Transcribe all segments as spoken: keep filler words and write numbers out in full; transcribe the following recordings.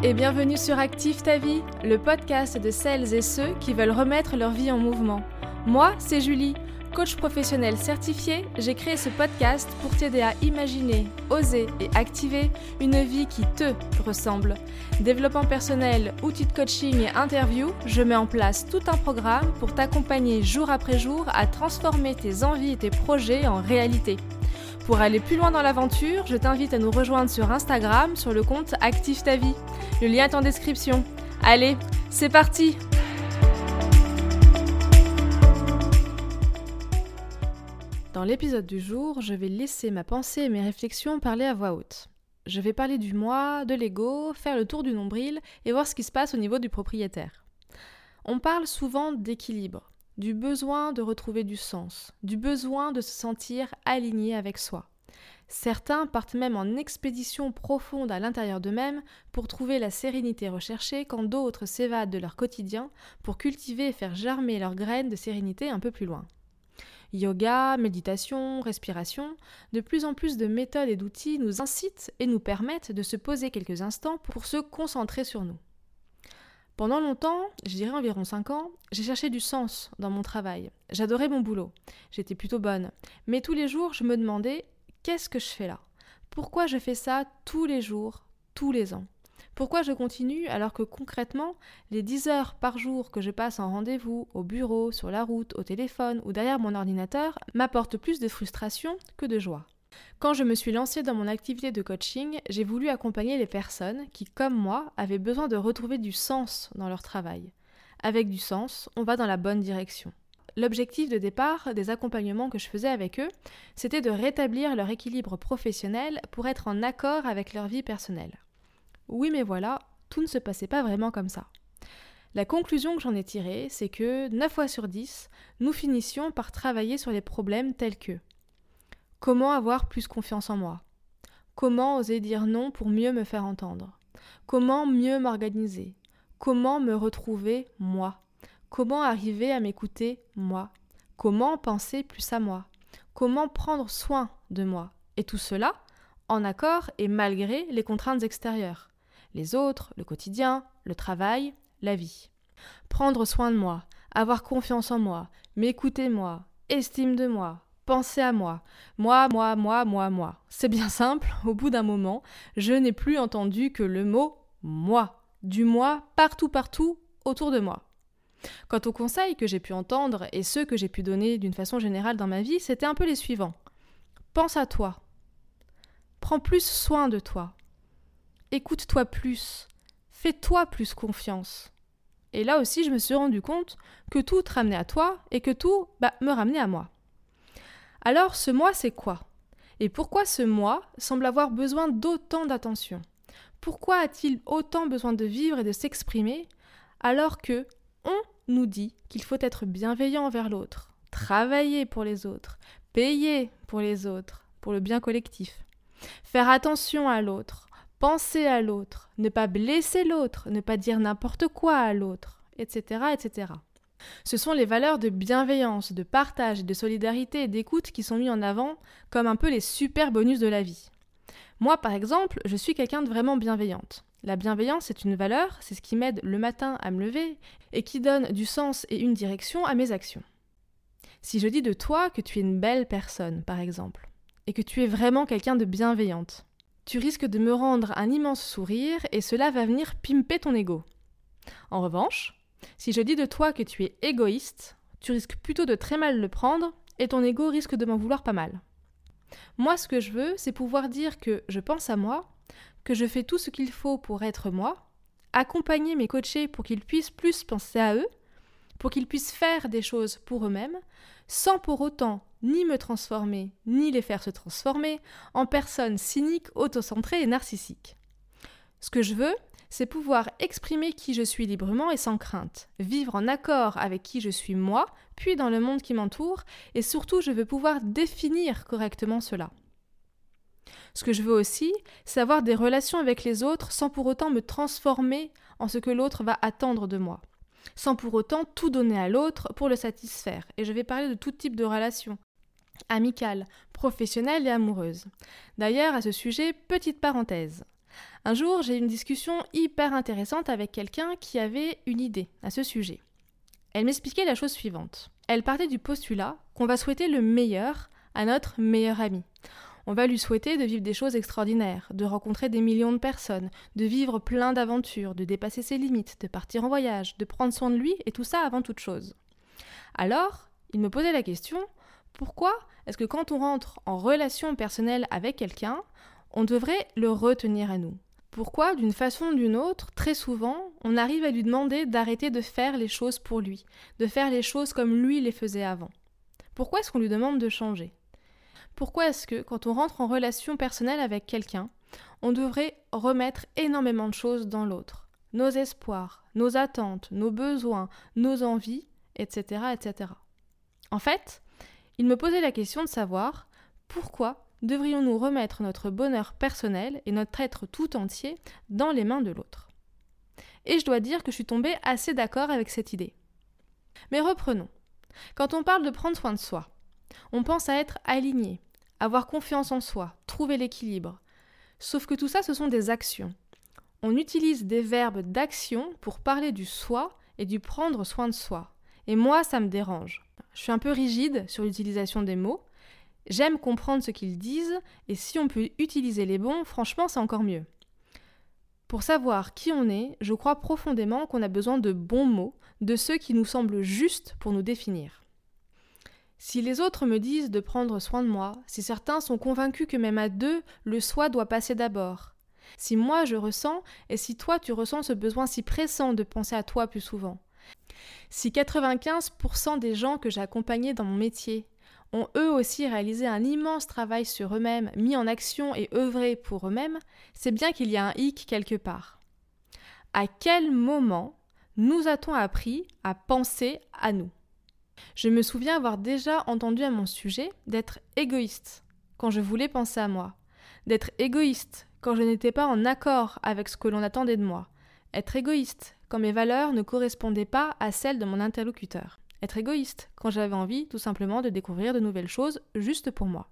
et bienvenue sur Active ta vie, le podcast de celles et ceux qui veulent remettre leur vie en mouvement. Moi, c'est Julie, coach professionnel certifiée. J'ai créé ce podcast pour t'aider à imaginer, oser et activer une vie qui te ressemble. Développement personnel, outils de coaching et interviews, je mets en place tout un programme pour t'accompagner jour après jour à transformer tes envies et tes projets en réalité. Pour aller plus loin dans l'aventure, je t'invite à nous rejoindre sur Instagram sur le compte Active ta vie. Le lien est en description. Allez, c'est parti! Dans l'épisode du jour, je vais laisser ma pensée et mes réflexions parler à voix haute. Je vais parler du moi, de l'ego, faire le tour du nombril et voir ce qui se passe au niveau du propriétaire. On parle souvent d'équilibre, du besoin de retrouver du sens, du besoin de se sentir aligné avec soi. Certains partent même en expédition profonde à l'intérieur d'eux-mêmes pour trouver la sérénité recherchée quand d'autres s'évadent de leur quotidien pour cultiver et faire germer leurs graines de sérénité un peu plus loin. Yoga, méditation, respiration, de plus en plus de méthodes et d'outils nous incitent et nous permettent de se poser quelques instants pour se concentrer sur nous. Pendant longtemps, je dirais environ cinq ans, j'ai cherché du sens dans mon travail. J'adorais mon boulot, j'étais plutôt bonne. Mais tous les jours, je me demandais, qu'est-ce que je fais là ? Pourquoi je fais ça tous les jours, tous les ans ? Pourquoi je continue alors que concrètement, les dix heures par jour que je passe en rendez-vous, au bureau, sur la route, au téléphone ou derrière mon ordinateur m'apportent plus de frustration que de joie ? Quand je me suis lancée dans mon activité de coaching, j'ai voulu accompagner les personnes qui, comme moi, avaient besoin de retrouver du sens dans leur travail. Avec du sens, on va dans la bonne direction. L'objectif de départ des accompagnements que je faisais avec eux, c'était de rétablir leur équilibre professionnel pour être en accord avec leur vie personnelle. Oui, mais voilà, tout ne se passait pas vraiment comme ça. La conclusion que j'en ai tirée, c'est que neuf fois sur dix, nous finissions par travailler sur les problèmes tels que comment avoir plus confiance en moi ? Comment oser dire non pour mieux me faire entendre ? Comment mieux m'organiser ? Comment me retrouver moi ? Comment arriver à m'écouter moi ? Comment penser plus à moi ? Comment prendre soin de moi ? Et tout cela en accord et malgré les contraintes extérieures. Les autres, le quotidien, le travail, la vie. Prendre soin de moi, avoir confiance en moi, m'écouter moi, estime de moi, penser à moi, moi, moi, moi, moi, moi. C'est bien simple, au bout d'un moment, je n'ai plus entendu que le mot « moi », du « moi » partout, partout autour de moi. Quant aux conseils que j'ai pu entendre et ceux que j'ai pu donner d'une façon générale dans ma vie, c'était un peu les suivants. Pense à toi. Prends plus soin de toi. Écoute-toi plus. Fais-toi plus confiance. Et là aussi, je me suis rendu compte que tout te ramenait à toi et que tout bah, me ramenait à moi. Alors, ce moi, c'est quoi ? Et pourquoi ce moi semble avoir besoin d'autant d'attention ? Pourquoi a-t-il autant besoin de vivre et de s'exprimer alors que on nous dit qu'il faut être bienveillant envers l'autre, travailler pour les autres, payer pour les autres, pour le bien collectif, faire attention à l'autre, penser à l'autre, ne pas blesser l'autre, ne pas dire n'importe quoi à l'autre, et cetera, et cetera. Ce sont les valeurs de bienveillance, de partage, de solidarité et d'écoute qui sont mis en avant comme un peu les super bonus de la vie. Moi, par exemple, je suis quelqu'un de vraiment bienveillante. La bienveillance est une valeur, c'est ce qui m'aide le matin à me lever et qui donne du sens et une direction à mes actions. Si je dis de toi que tu es une belle personne, par exemple, et que tu es vraiment quelqu'un de bienveillante, tu risques de me rendre un immense sourire et cela va venir pimper ton ego. En revanche, si je dis de toi que tu es égoïste, tu risques plutôt de très mal le prendre et ton ego risque de m'en vouloir pas mal. Moi, ce que je veux, c'est pouvoir dire que je pense à moi, que je fais tout ce qu'il faut pour être moi, accompagner mes coachés pour qu'ils puissent plus penser à eux, pour qu'ils puissent faire des choses pour eux-mêmes, sans pour autant ni me transformer, ni les faire se transformer en personnes cyniques, autocentrées et narcissiques. Ce que je veux, c'est pouvoir exprimer qui je suis librement et sans crainte, vivre en accord avec qui je suis moi, puis dans le monde qui m'entoure, et surtout je veux pouvoir définir correctement cela. Ce que je veux aussi, c'est avoir des relations avec les autres sans pour autant me transformer en ce que l'autre va attendre de moi, sans pour autant tout donner à l'autre pour le satisfaire. Et je vais parler de tout type de relations, amicales, professionnelles et amoureuses. D'ailleurs, à ce sujet, petite parenthèse. Un jour, j'ai eu une discussion hyper intéressante avec quelqu'un qui avait une idée à ce sujet. Elle m'expliquait la chose suivante. Elle partait du postulat qu'on va souhaiter le meilleur à notre meilleur ami. On va lui souhaiter de vivre des choses extraordinaires, de rencontrer des millions de personnes, de vivre plein d'aventures, de dépasser ses limites, de partir en voyage, de prendre soin de lui et tout ça avant toute chose. Alors, il me posait la question, pourquoi est-ce que quand on rentre en relation personnelle avec quelqu'un, on devrait le retenir à nous ? Pourquoi, d'une façon ou d'une autre, très souvent, on arrive à lui demander d'arrêter de faire les choses pour lui, de faire les choses comme lui les faisait avant ? Pourquoi est-ce qu'on lui demande de changer ? Pourquoi est-ce que, quand on rentre en relation personnelle avec quelqu'un, on devrait remettre énormément de choses dans l'autre ? Nos espoirs, nos attentes, nos besoins, nos envies, et cetera, et cetera. En fait, il me posait la question de savoir pourquoi devrions-nous remettre notre bonheur personnel et notre être tout entier dans les mains de l'autre ? Et je dois dire que je suis tombée assez d'accord avec cette idée. Mais reprenons. Quand on parle de prendre soin de soi, on pense à être aligné, avoir confiance en soi, trouver l'équilibre. Sauf que tout ça, ce sont des actions. On utilise des verbes d'action pour parler du soi et du prendre soin de soi. Et moi, ça me dérange. Je suis un peu rigide sur l'utilisation des mots. J'aime comprendre ce qu'ils disent, et si on peut utiliser les bons, franchement, c'est encore mieux. Pour savoir qui on est, je crois profondément qu'on a besoin de bons mots, de ceux qui nous semblent justes pour nous définir. Si les autres me disent de prendre soin de moi, si certains sont convaincus que même à deux, le soi doit passer d'abord, si moi je ressens, et si toi tu ressens ce besoin si pressant de penser à toi plus souvent, si quatre-vingt-quinze pour cent des gens que j'ai accompagnés dans mon métier ont eux aussi réalisé un immense travail sur eux-mêmes, mis en action et œuvré pour eux-mêmes, c'est bien qu'il y a un hic quelque part. À quel moment nous a-t-on appris à penser à nous ? Je me souviens avoir déjà entendu à mon sujet d'être égoïste quand je voulais penser à moi, d'être égoïste quand je n'étais pas en accord avec ce que l'on attendait de moi, être égoïste quand mes valeurs ne correspondaient pas à celles de mon interlocuteur, être égoïste quand j'avais envie tout simplement de découvrir de nouvelles choses juste pour moi.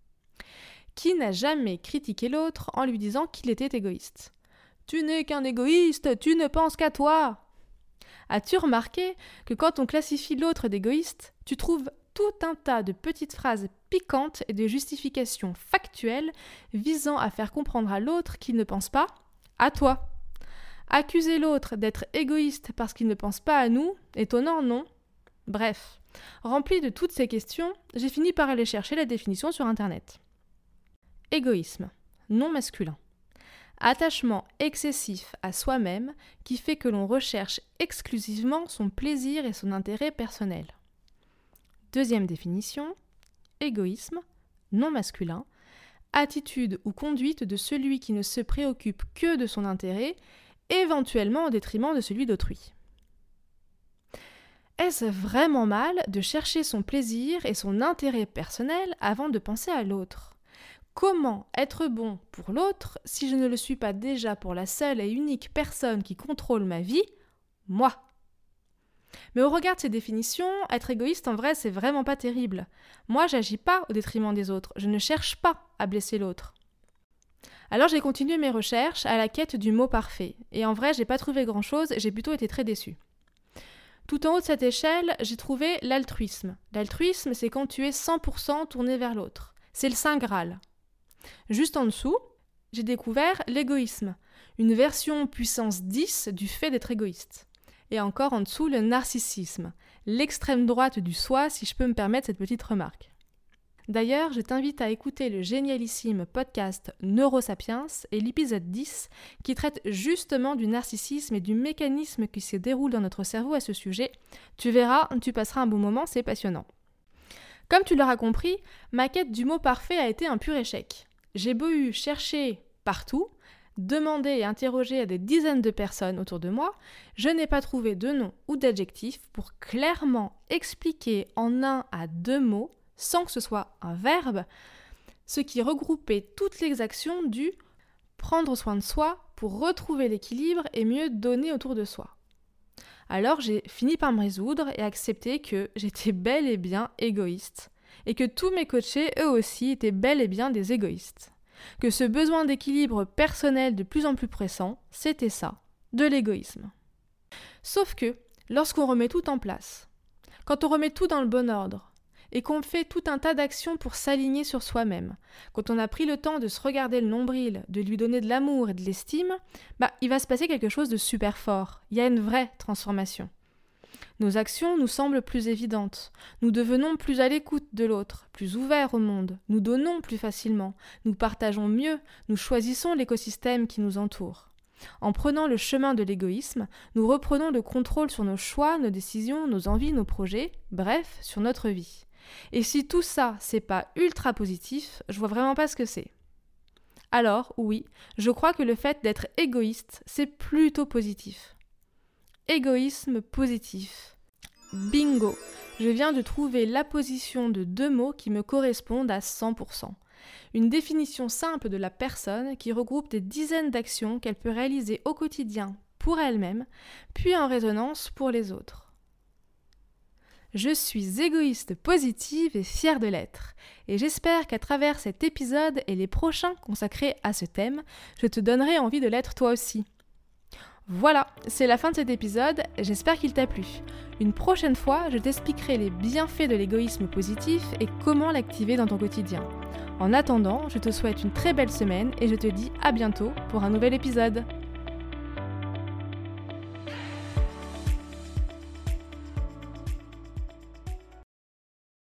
Qui n'a jamais critiqué l'autre en lui disant qu'il était égoïste ? « Tu n'es qu'un égoïste, tu ne penses qu'à toi !» As-tu remarqué que quand on classifie l'autre d'égoïste, tu trouves tout un tas de petites phrases piquantes et de justifications factuelles visant à faire comprendre à l'autre qu'il ne pense pas à toi. Accuser l'autre d'être égoïste parce qu'il ne pense pas à nous, étonnant, non ? Bref, rempli de toutes ces questions, j'ai fini par aller chercher la définition sur Internet. Égoïsme, non masculin. Attachement excessif à soi-même qui fait que l'on recherche exclusivement son plaisir et son intérêt personnel. Deuxième définition, égoïsme, non masculin, attitude ou conduite de celui qui ne se préoccupe que de son intérêt, éventuellement au détriment de celui d'autrui. Est-ce vraiment mal de chercher son plaisir et son intérêt personnel avant de penser à l'autre ? Comment être bon pour l'autre si je ne le suis pas déjà pour la seule et unique personne qui contrôle ma vie, moi ? Mais au regard de ces définitions, être égoïste en vrai, c'est vraiment pas terrible. Moi, j'agis pas au détriment des autres, je ne cherche pas à blesser l'autre. Alors j'ai continué mes recherches à la quête du mot parfait, et en vrai, j'ai pas trouvé grand-chose et j'ai plutôt été très déçue. Tout en haut de cette échelle, j'ai trouvé l'altruisme. L'altruisme, c'est quand tu es cent pour cent tourné vers l'autre. C'est le Saint Graal. Juste en dessous, j'ai découvert l'égoïsme, une version puissance dix du fait d'être égoïste. Et encore en dessous, le narcissisme, l'extrême droite du soi, si je peux me permettre cette petite remarque. D'ailleurs, je t'invite à écouter le génialissime podcast Neurosapiens et l'épisode dix qui traite justement du narcissisme et du mécanisme qui se déroule dans notre cerveau à ce sujet. Tu verras, tu passeras un bon moment, c'est passionnant. Comme tu l'auras compris, ma quête du mot parfait a été un pur échec. J'ai beau eu chercher partout, demander et interroger à des dizaines de personnes autour de moi, je n'ai pas trouvé de nom ou d'adjectif pour clairement expliquer en un à deux mots, sans que ce soit un verbe, ce qui regroupait toutes les actions du prendre soin de soi pour retrouver l'équilibre et mieux donner autour de soi. Alors j'ai fini par me résoudre et accepter que j'étais bel et bien égoïste et que tous mes coachés, eux aussi, étaient bel et bien des égoïstes. que ce besoin d'équilibre personnel de plus en plus pressant, c'était ça, de l'égoïsme. Sauf que, lorsqu'on remet tout en place, quand on remet tout dans le bon ordre, et qu'on fait tout un tas d'actions pour s'aligner sur soi-même, quand on a pris le temps de se regarder le nombril, de lui donner de l'amour et de l'estime, bah, il va se passer quelque chose de super fort. Il y a une vraie transformation. Nos actions nous semblent plus évidentes. Nous devenons plus à l'écoute de l'autre, plus ouverts au monde. Nous donnons plus facilement. Nous partageons mieux. Nous choisissons l'écosystème qui nous entoure. En prenant le chemin de l'égoïsme, nous reprenons le contrôle sur nos choix, nos décisions, nos envies, nos projets, bref, sur notre vie. Et si tout ça, c'est pas ultra positif, je vois vraiment pas ce que c'est. Alors, oui, je crois que le fait d'être égoïste, c'est plutôt positif. Égoïsme positif. Bingo! Je viens de trouver l'apposition de deux mots qui me correspondent à cent pour cent. Une définition simple de la personne qui regroupe des dizaines d'actions qu'elle peut réaliser au quotidien pour elle-même, puis en résonance pour les autres. Je suis égoïste positive et fière de l'être. Et j'espère qu'à travers cet épisode et les prochains consacrés à ce thème, je te donnerai envie de l'être toi aussi. Voilà, c'est la fin de cet épisode, j'espère qu'il t'a plu. Une prochaine fois, je t'expliquerai les bienfaits de l'égoïsme positif et comment l'activer dans ton quotidien. En attendant, je te souhaite une très belle semaine et je te dis à bientôt pour un nouvel épisode.